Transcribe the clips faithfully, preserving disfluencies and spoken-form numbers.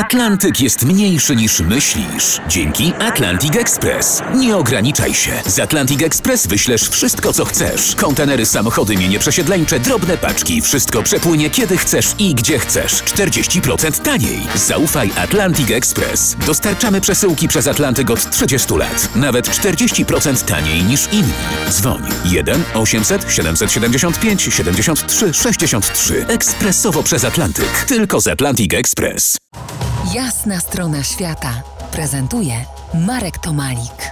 Atlantyk jest mniejszy niż myślisz. Dzięki Atlantic Express. Nie ograniczaj się. Z Atlantic Express wyślesz wszystko, co chcesz. Kontenery, samochody, mienie przesiedleńcze, drobne paczki. Wszystko przepłynie kiedy chcesz i gdzie chcesz. czterdzieści procent taniej. Zaufaj Atlantic Express. Dostarczamy przesyłki przez Atlantyk od trzydziestu lat. Nawet czterdzieści procent taniej niż inni. Dzwoń jeden osiemset siedemset siedemdziesiąt pięć siedemdziesiąt trzy sześćdziesiąt trzy. Ekspresowo przez Atlantyk. Tylko z Atlantic Express. Jasna strona świata prezentuje Marek Tomalik.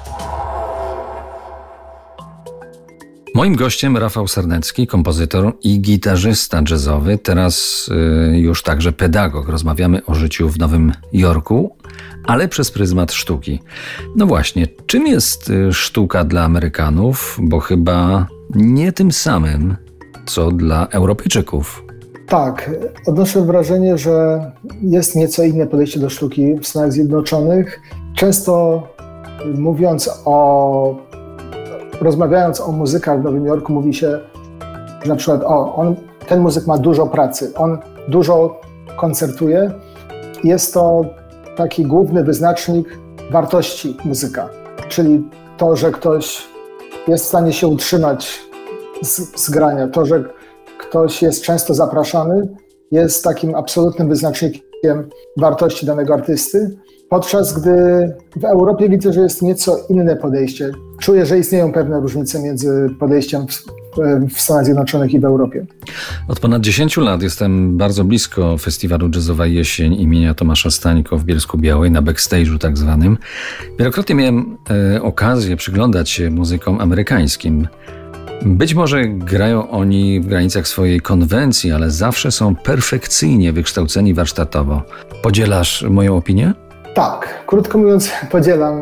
Moim gościem Rafał Sernecki, kompozytor i gitarzysta jazzowy, teraz y, już także pedagog. Rozmawiamy o życiu w Nowym Jorku, ale przez pryzmat sztuki. No właśnie, czym jest y, sztuka dla Amerykanów? Bo chyba nie tym samym, co dla Europejczyków. Tak, odnoszę wrażenie, że jest nieco inne podejście do sztuki w Stanach Zjednoczonych. Często mówiąc o, rozmawiając o muzykach w Nowym Jorku, mówi się, że na przykład o, on, ten muzyk ma dużo pracy, on dużo koncertuje. Jest to taki główny wyznacznik wartości muzyka, czyli to, że ktoś jest w stanie się utrzymać z, z grania, to, że ktoś jest często zapraszany, jest takim absolutnym wyznacznikiem wartości danego artysty, podczas gdy w Europie widzę, że jest nieco inne podejście. Czuję, że istnieją pewne różnice między podejściem w, w Stanach Zjednoczonych i w Europie. Od ponad dziesięciu lat jestem bardzo blisko festiwalu Jazzowa Jesień imienia Tomasza Stańko w Bielsku-Białej, na backstage'u tak zwanym. Wielokrotnie miałem e, okazję przyglądać się muzykom amerykańskim. Być może grają oni w granicach swojej konwencji, ale zawsze są perfekcyjnie wykształceni warsztatowo. Podzielasz moją opinię? Tak, krótko mówiąc podzielam.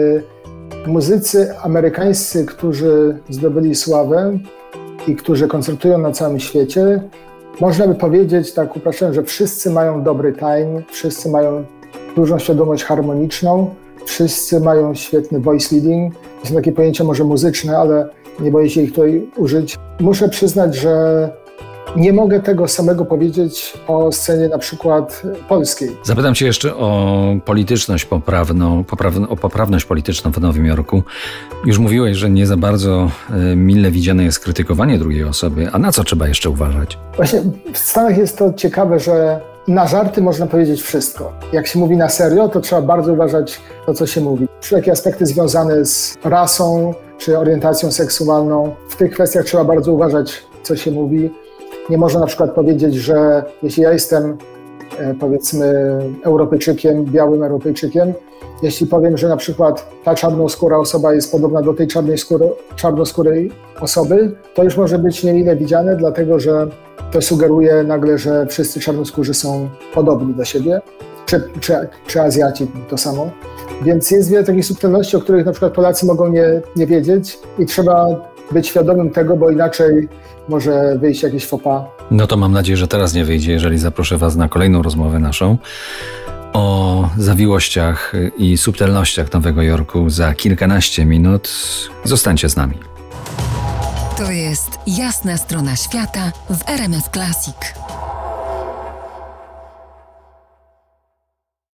Muzycy amerykańscy, którzy zdobyli sławę i którzy koncertują na całym świecie, można by powiedzieć, tak upraszczając, że wszyscy mają dobry time, wszyscy mają dużą świadomość harmoniczną, wszyscy mają świetny voice leading. To są takie pojęcia może muzyczne, ale nie boję się ich tutaj użyć. Muszę przyznać, że nie mogę tego samego powiedzieć o scenie na przykład polskiej. Zapytam cię jeszcze o polityczność poprawną, poprawno, o poprawność polityczną w Nowym Jorku. Już mówiłeś, że nie za bardzo y, mile widziane jest krytykowanie drugiej osoby. A na co trzeba jeszcze uważać? Właśnie w Stanach jest to ciekawe, że na żarty można powiedzieć wszystko. Jak się mówi na serio, to trzeba bardzo uważać to, co się mówi. Wszelkie aspekty związane z rasą czy orientacją seksualną, w tych kwestiach trzeba bardzo uważać, co się mówi. Nie można na przykład powiedzieć, że jeśli ja jestem, powiedzmy, Europejczykiem, białym Europejczykiem, jeśli powiem, że na przykład ta czarnoskóra osoba jest podobna do tej czarnoskóry, czarnoskórej osoby, to już może być niemile widziane, dlatego że to sugeruje nagle, że wszyscy czarnoskórzy są podobni do siebie, czy, czy, czy Azjaci to samo. Więc jest wiele takich subtelności, o których na przykład Polacy mogą nie, nie wiedzieć i trzeba być świadomym tego, bo inaczej może wyjść jakieś faux pas. No to mam nadzieję, że teraz nie wyjdzie, jeżeli zaproszę was na kolejną rozmowę naszą o zawiłościach i subtelnościach Nowego Jorku za kilkanaście minut. Zostańcie z nami. To jest Jasna strona świata w R M F Classic.